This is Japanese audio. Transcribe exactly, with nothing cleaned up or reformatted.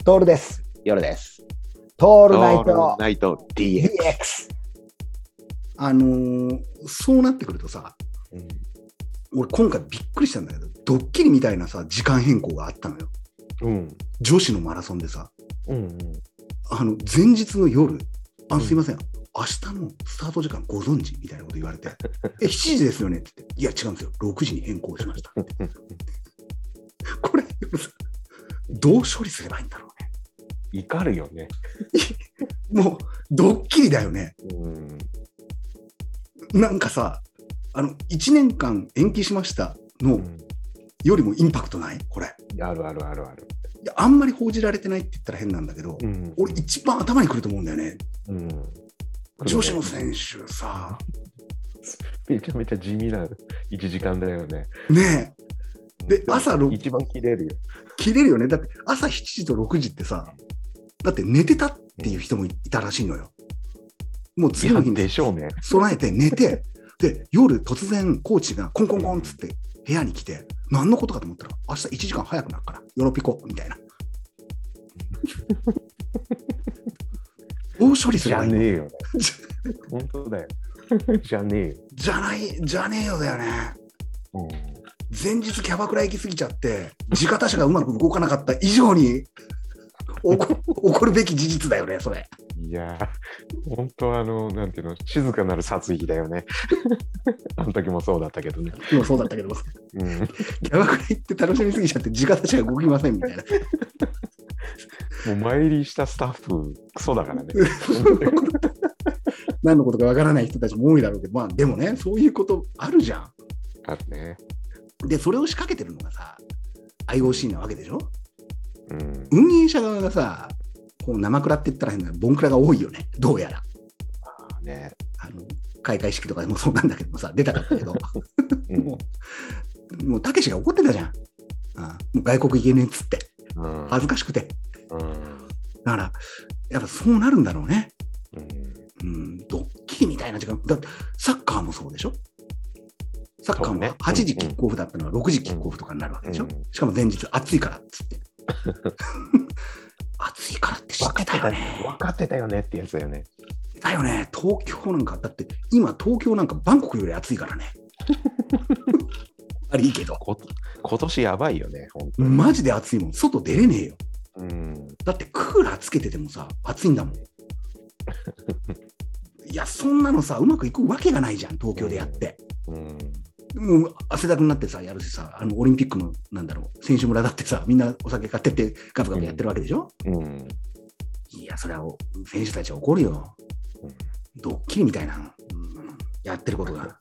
トールです。 夜です。 トールナイオールトナイト ディーエックス。 ディーエックス。あのー、そうなってくるとさ、うん、俺今回びっくりしたんだけど、ドッキリみたいなさ、時間変更があったのよ。うん、女子のマラソンでさ、うんうん、あの前日の夜、あのすいません、うん、明日のスタート時間ご存知みたいなこと言われて、え、しちじですよねって言って、いや違うんですよ、ろくじに変更しましたって。これ、どう処理すればいいんだろうね。 怒るよね。 もうドッキリだよね。うん、なんかさ、あのいちねんかん延期しましたのよりもインパクトない？これ。 あるあるあるある。 いや、あんまり報じられてないって言ったら変なんだけど、うん、俺一番頭にくると思うんだよね。うん、女子の選手さ、 めちゃめちゃ地味ないちじかんだよね。 ねえ。で、朝ろく一番切れるよ。 切れるよね。だって朝しちじとろくじってさ、だって寝てたっていう人もいたらしいのよ。もう次の日に備えて寝て、で、夜突然コーチがコンコンコンっつって部屋に来て、何のことかと思ったら、明日いちじかん早くなるから、よろぴこみたいな。どう処理すればいいの？ じゃねえよね。本当だよ。じゃねえよ。 じゃない、じゃねえよだよね。うん、前日キャバクラ行き過ぎちゃって、地方車がうまく動かなかった以上に起こ、起こるべき事実だよね、それ。 いやー、本当あの、なんていうの、静かなる殺意だよね。あの時もそうだったけどね。 今もそうだったけど、うん、キャバクラ行って楽しみすぎちゃって、地方車が動きませんみたいな。 もう参りしたスタッフ、クソだからね。 何のことかわからない人たちも多いだろうけど、まあでもね、そういうことあるじゃん。 あるね。 で、それを仕掛けてるのがさ、アイオーシー なわけでしょ。うん、運営者側がさ、こう生蔵って言ったら変なボンクラが多いよね、どうやら。 あ、ね、あの開会式とかでもそうなんだけどもさ、出たかったけど、うん、もう、もうたけしが怒ってたじゃん。ああ、もう外国行けねえっつって、うん、恥ずかしくて。うん、だから、やっぱそうなるんだろうね。うん、うん、ドッキリみたいな時間、だってサッカーもそうでしょ。サッカーもはちじキックオフだったのがろくじキックオフとかになるわけでしょ。うん、しかも前日暑いからっつって。暑いからって知ってたよね。 分かってたよねってやつだよね。 だよね。東京なんか、だって今東京なんかバンコクより暑いからね。あれいいけど。 今年やばいよね、本当に。マジで暑いもん。外出れねえよ。うん、だってクーラーつけててもさ、暑いんだもん。いや、そんなのさ、うまくいくわけがないじゃん、東京でやって。うんうん、もう汗だくになってさ、やるしさ、あのオリンピックのなんだろう、選手村だってさ、みんなお酒買ってってガブガブやってるわけでしょ。うんうん、いや、それは選手たちは怒るよ。うん、ドッキリみたいな、うん、やってることが。